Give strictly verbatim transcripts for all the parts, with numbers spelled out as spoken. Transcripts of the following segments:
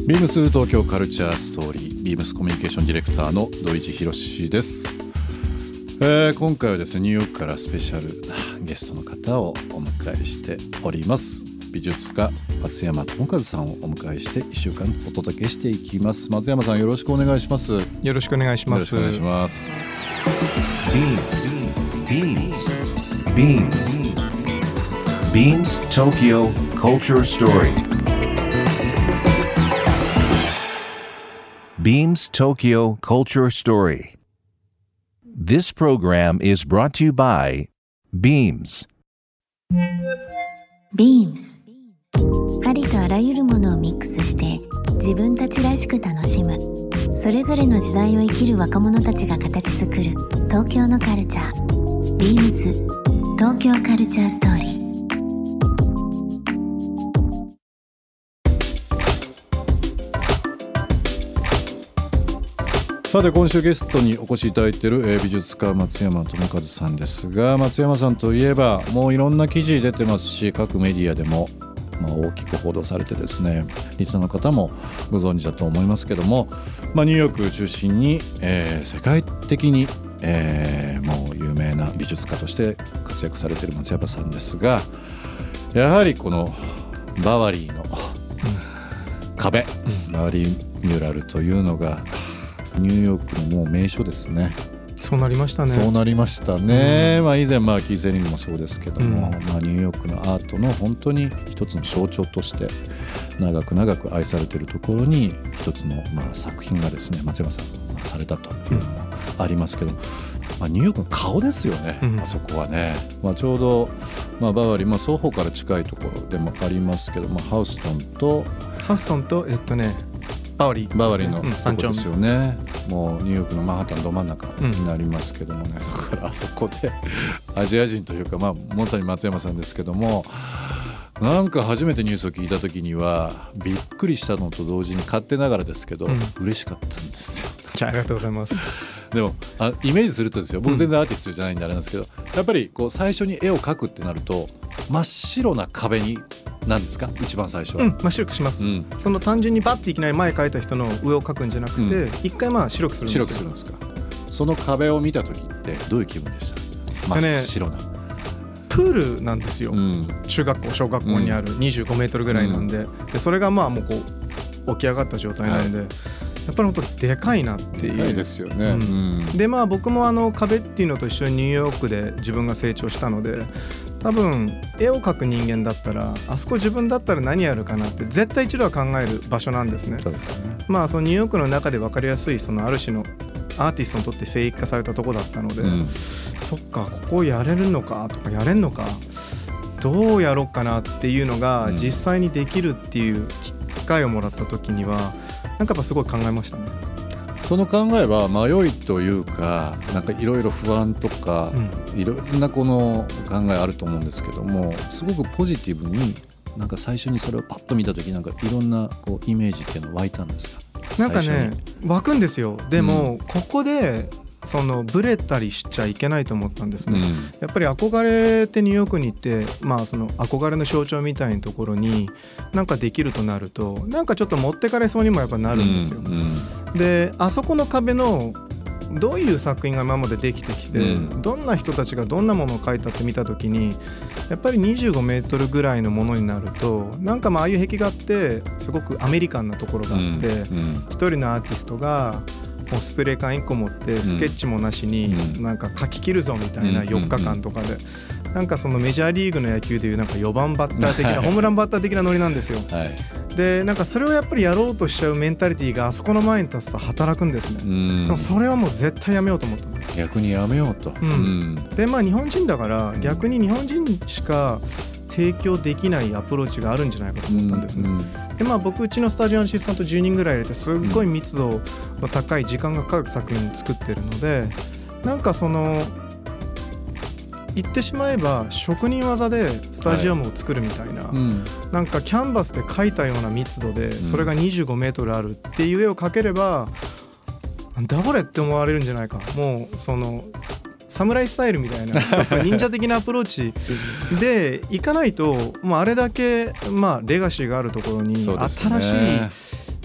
ビームス東京カルチャーストーリー、ビームスコミュニケーションディレクターの土井地博です。えー、今回はですね、ニューヨークからスペシャルなゲストの方をお迎えしております。美術家松山智和さんをお迎えしていっしゅうかんお届けしていきます。松山さん、よろしくお願いします。 よろしくお願いします。 よろしくお願いします。 ビームス ビームス Tokyo Culture Story. Beams Tokyo Culture Story. This program is brought to you by Beams. Beams ありとあらゆるものをミックスして自分たちらしく楽しむ、それぞれの時代を生きる若者たちが形作る東京のカルチャー。 Beams 東京カルチャーストーリー。 さて、今週ゲストにお越しいただいている、えー、美術家松山智和さんですが、松山さんといえばもういろんな記事出てますし、各メディアでも、まあ、大きく報道されてですね、リスナーの方もご存知だと思いますけども、まあ、ニューヨークを中心に、えー、世界的に、えー、もう有名な美術家として活躍されている松山さんですが、やはりこのバワリーの壁、うん、バワリーミュラルというのがニューヨークのもう名所ですね。 そうなりましたね。 そうなりましたね、うん。まあ、以前、まあ、キーセリングもそうですけども、 うん、 まあ、ニューヨークのアートの本当に一つの象徴として長く長く愛されているところに一つの、まあ、作品がですね、松山さんがされたというのもありますけど、まあ、ニューヨークの顔ですよね、うん、あそこはね、まあ、ちょうど、まあ、バワリー、まあ、双方から近いところでもありますけど、まあ、ハウストンとハウストンとえっとねバワリーですね、 バワリーのとこですよね、うん、もうニューヨークのマンハッタンど真ん中になりますけどもね、うん、だからあそこでアジア人というか、まあ、まさに松山さんですけども、なんか初めてニュースを聞いた時にはびっくりしたのと同時に勝手ながらですけど、うん、嬉しかったんですよ。 ありがとうございます。 でもあイメージするとですよ、僕全然アーティストじゃないんであれなんですけど、うん、やっぱりこう最初に絵を描くってなると真っ白な壁に何ですか、一番最初は、うん、 まあ、白くします、うん、その単純にバッていきなり前描いた人の上を描くんじゃなくて、うん、一回まあ白くするんですよ。 白くするんですか。その壁を見た時ってどういう気分でした？真っ白な、ね、 プールなんですよ、うん、中学校小学校にあるにじゅうごメートルぐらいなんで、うん、でそれがまあもうこう起き上がった状態なので、はい、やっぱり本当でかいなっていう。 でかいですよね、うんうん、でまあ僕もあの壁っていうのと一緒にニューヨークで自分が成長したので、多分絵を描く人間だったらあそこ自分だったら何やるかなって絶対一度は考える場所なんですね。 そうですね。 まあそのニューヨークの中で分かりやすいそのある種のアーティストにとって聖域化されたとこだったので、うん、そっかここやれるのかとかやれんのかどうやろうかなっていうのが実際にできるっていう機会をもらった時にはなんかやっぱすごい考えましたね。 その考えは迷いというか、なんかいろいろ不安とかいろんなこの考えあると思うんですけども、すごくポジティブになんか最初にそれをパッと見た時なんかいろんなこうイメージっていうのは湧いたんですか？ なんかね湧くんですよ。でも、うん、ここでそのブレたりしちゃいけないと思ったんですね、うん、やっぱり憧れてニューヨークに行って、まあ、その憧れの象徴みたいなところになんかできるとなるとなんかちょっと持ってかれそうにもやっぱなるんですよ、うんうん、であそこの壁のどういう作品が今までできてきて、うん、どんな人たちがどんなものを描いたって見た時にやっぱりにじゅうごメートルぐらいのものになるとなんかまあああいう壁画ってすごくアメリカンなところがあって、うんうん、一人のアーティストがもうスプレー缶いっこ持ってスケッチもなしになんか書き切るぞみたいなよっかかんとかでなんかそのメジャーリーグの野球でいうなんかよばんバッター的なホームランバッター的なノリなんですよ、はい、でなんかそれをやっぱりやろうとしちゃうメンタリティーがあそこの前に立つと働くんですね。うんでもそれはもう絶対やめようと思ったんです。 逆にやめようと、うんうん、 でまあ日本人だから逆に日本人しか提供できないアプローチがあるんじゃないかと思ったんですね、うんうん、でまあ僕うちのスタジオのアシスタントじゅうにんぐらい入れてすっごい密度の高い時間がかかる作品を作ってるのでなんかその言ってしまえば職人技でスタジアムを作るみたいな、はいうん、なんかキャンバスで描いたような密度でそれがにじゅうごメートルあるっていう絵を描ければなんだこれって思われるんじゃないか。もうその侍スタイルみたいなちょっと忍者的なアプローチでいかないともうあれだけまあレガシーがあるところに新しい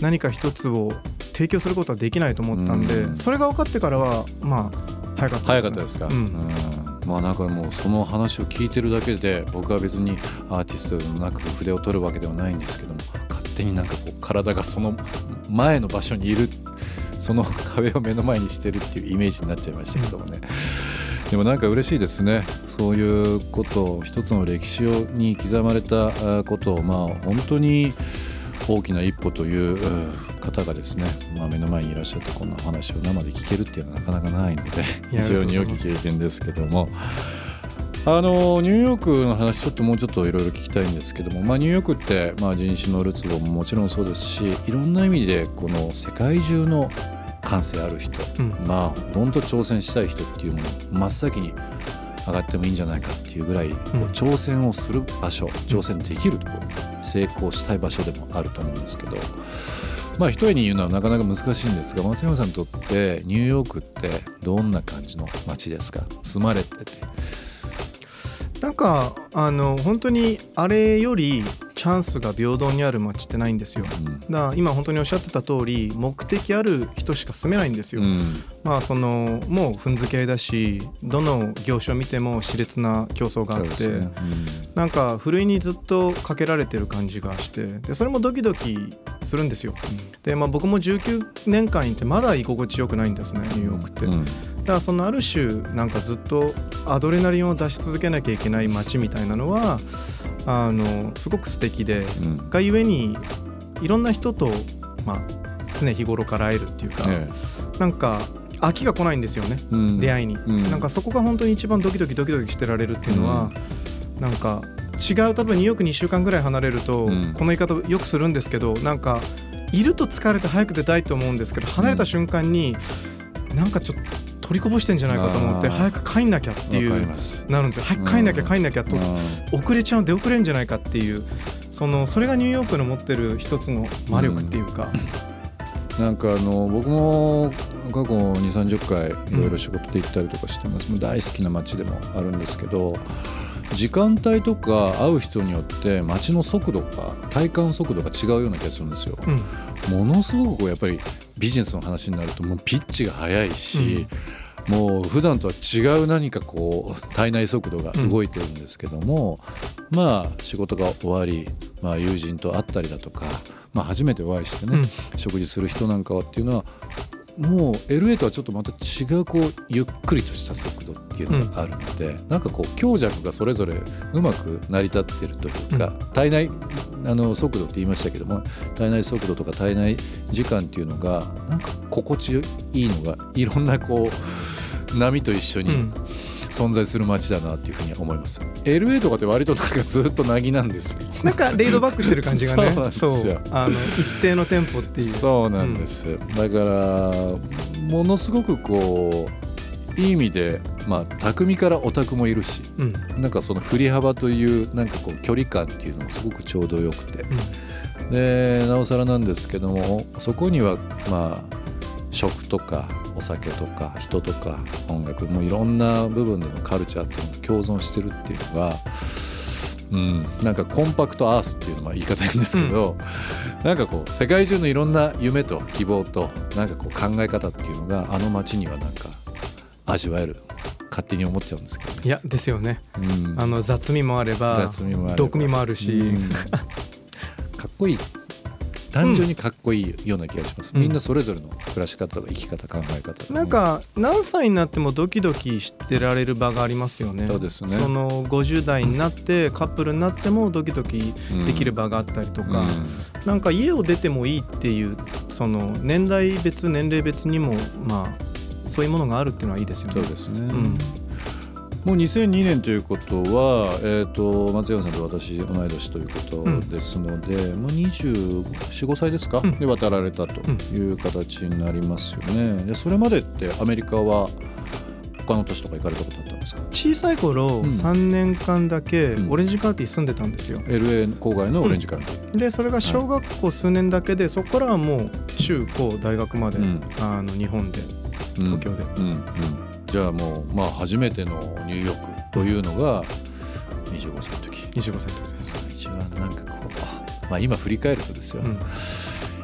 何か一つを提供することはできないと思ったんで、 うん、 それが分かってからはまあ早かったですね。 早かったですか、 うんうん、まあなんかもうその話を聞いてるだけで僕は別にアーティストでもなく筆を取るわけではないんですけども、勝手になんかこう体がその前の場所にいる、その壁を目の前にしてるっていうイメージになっちゃいましたけどもね、うん、でもなんか嬉しいですね。そういうことを一つの歴史に刻まれたことをまあ本当に大きな一歩という方がですね、まあ、目の前にいらっしゃってこんな話を生で聞けるっていうのはなかなかないので非常に良き経験ですけども、あのニューヨークの話ちょっともうちょっといろいろ聞きたいんですけども、まあ、ニューヨークって、まあ、人種のるつぼももちろんそうですし、いろんな意味でこの世界中の感性ある人、うん、まあ本当挑戦したい人っていうもの真っ先に上がってもいいんじゃないかっていうぐらい、こう挑戦をする場所、挑戦できるところ、成功したい場所でもあると思うんですけど、まあ一重に言うのはなかなか難しいんですが、松山さんにとってニューヨークってどんな感じの街ですか？住まれてて。 なんかあの本当にあれよりチャンスが平等にある街ってないんですよ、うん、だから今本当におっしゃってた通り目的ある人しか住めないんですよ、うん、まあそのもう踏んづけ合いだし、どの業種を見ても熾烈な競争があって、ね、うん、なんかふるいにずっとかけられてる感じがして、でそれもドキドキするんですよ、うん、で、まあ、僕もじゅうきゅうねんかんいてまだ居心地よくないんですね、ニューヨークって、うん、だからそのある種なんかずっとアドレナリンを出し続けなきゃいけない街みたいなのはあのすごく素敵で、うん、がゆえにいろんな人と、まあ、常日頃から会えるっていうか、ね、なんか飽きが来ないんですよね、うん、出会いに、うん、なんかそこが本当に一番ドキドキドキドキしてられるっていうのは、うん、なんか違う、多分ニューヨークにいっしゅうかんぐらい離れると、うん、この言い方よくするんですけど、なんかいると疲れて早く出たいと思うんですけど、離れた瞬間に、うん、なんかちょっと取りこぼしてんじゃないかと思って早く帰んなきゃっていうなるんですよ。早く帰んなきゃ帰んなきゃと遅れちゃう、出遅れんじゃないかっていう、そのそれがニューヨークの持ってる一つの魔力っていうか、 うん、なんかあの僕も過去にじゅうさんじゅっかいいろいろ仕事で行ったりとかしてます、うん、大好きな街でもあるんですけど、時間帯とか会う人によって街の速度が体感速度が違うような気がするんですよ、うん、ものすごくやっぱりビジネスの話になるともうピッチが速いし、うん、もう普段とは違う何かこう体内速度が動いてるんですけども、うん、まあ仕事が終わり、まあ、友人と会ったりだとか、まあ、初めてお会いしてね、うん、食事する人なんかはっていうのはもう エルエー とはちょっとまた違うこうゆっくりとした速度っていうのがあるので、うん、なんかこう強弱がそれぞれうまく成り立っているというか、うん、体内あの速度って言いましたけども、体内速度とか体内時間っていうのがなんか心地いいのがいろんなこう波と一緒に存在する街だなっていうふうに思います。 エルエー とかって割となんかずっとなぎなんですよ。 なんかレイドバックしてる感じがねそうなんですよ。 あの一定のテンポっていう。 そうなんです、うん、だからものすごくこういい意味で、まあ、匠からオタクもいるし、うん、なんかその振り幅というなんかこう距離感っていうのもすごくちょうどよくて、うん、でなおさらなんですけども、そこにはまあ食とかお酒とか人とか音楽もいろんな部分でのカルチャーっていうのが共存してるっていうのが、うん、なんかコンパクトアースっていうのは言い方なんですけど、うん、なんかこう世界中のいろんな夢と希望となんかこう考え方っていうのがあの街にはなんか味わえる、勝手に思っちゃうんですけどね。 いやですよね、うん、あの雑味もあれば雑味もあれば毒味もあるし、うん、 かっこいい、単純にかっこいいような気がします、うん、みんなそれぞれの暮らし方とか生き方考え方、 なんか何歳になってもドキドキしてられる場がありますよね。 そうですね。 そのごじゅう代になってカップルになってもドキドキできる場があったりとか、うん、なんか家を出てもいいっていうその年代別年齢別にもまあそういうものがあるっていうのはいいですよね。 そうですね、うん、もうにせんにねんということは、えー、と松山さんと私同い年ということですので、うん、もうにじゅうよん、ごさいですか、うん、で渡られたという形になりますよね。でそれまでってアメリカは他の都市とか行かれたことあったんですか？ 小さい頃、うん、さんねんかんだけオレンジカウンティ住んでたんですよ、うん、 エルエー 郊外のオレンジカウンティ、 うん、でそれが小学校数年だけで、はい、そこからはもう中高大学まで、うん、あの日本で東京で、うんうんうん、 じゃあもう、まあ、初めてのニューヨークというのがにじゅうごさいの時。 にじゅうごさいの時です。 一番なんかこう、まあ、今振り返るとですよ、うん、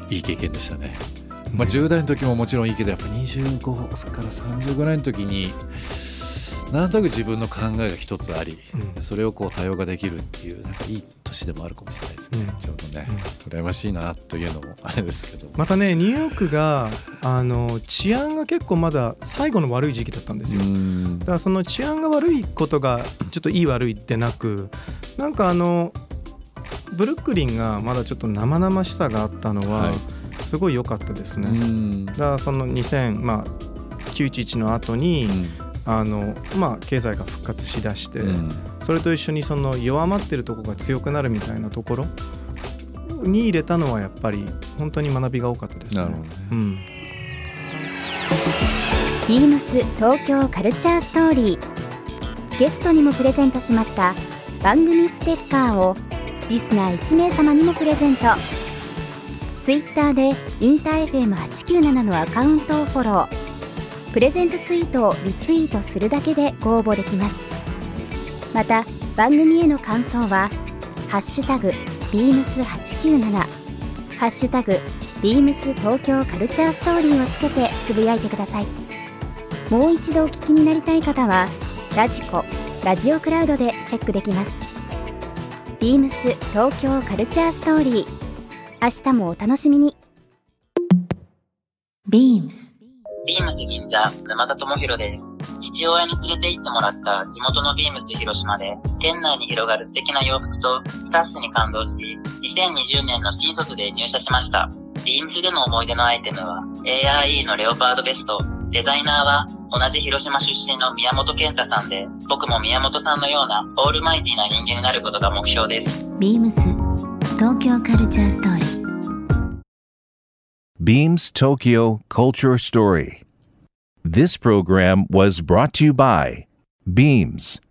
いい経験でしたね。まあ、じゅう代の時ももちろんいいけど、やっぱにじゅうごからさんじゅうぐらいの時になんとなく自分の考えが一つあり、うん、それをこう多様化できるっていうなんかいい年でもあるかもしれないですね、うん、ちょうどね、うん、羨ましいなというのもあれですけど、 またねニューヨークがあの治安が結構まだ最後の悪い時期だったんですよ。だからその治安が悪いことがちょっといい悪いってなく、なんかあのブルックリンがまだちょっと生々しさがあったのは、はい、すごい良かったですね。だからそのにせん、まあ、きゅういちいちの後に、うんあのまあ、経済が復活しだして、うん、それと一緒にその弱まってるところが強くなるみたいなところに入れたのはやっぱり本当に学びが多かったですね。 なるほどね、 うん、 ビームス東京カルチャーストーリー、ゲストにもプレゼントしました番組ステッカーをリスナーいち名様にもプレゼント。ツイッターでインター エフエムはちきゅうなな のアカウントをフォロー、プレゼントツイートをリツイートするだけでご応募できます。また番組への感想はハッシュタグビームスはちきゅうなな、ハッシュタグビームス東京カルチャーストーリーをつけてつぶやいてください。もう一度お聞きになりたい方はラジコ、ラジオクラウドでチェックできます。ビームス東京カルチャーストーリー、明日もお楽しみに。 ビームスビームス銀座、沼田智弘です。父親に連れて行ってもらった地元のビームス広島で、店内に広がる素敵な洋服とスタッフに感動し、にせんにじゅうねんの新卒で入社しました。ビームスでの思い出のアイテムは エーアールイー のレオパードベスト、デザイナーは同じ広島出身の宮本健太さんで、僕も宮本さんのようなオールマイティな人間になることが目標です。 ビームス東京カルチャーストーリー。 Beams Tokyo Culture Story. This program was brought to you by Beams.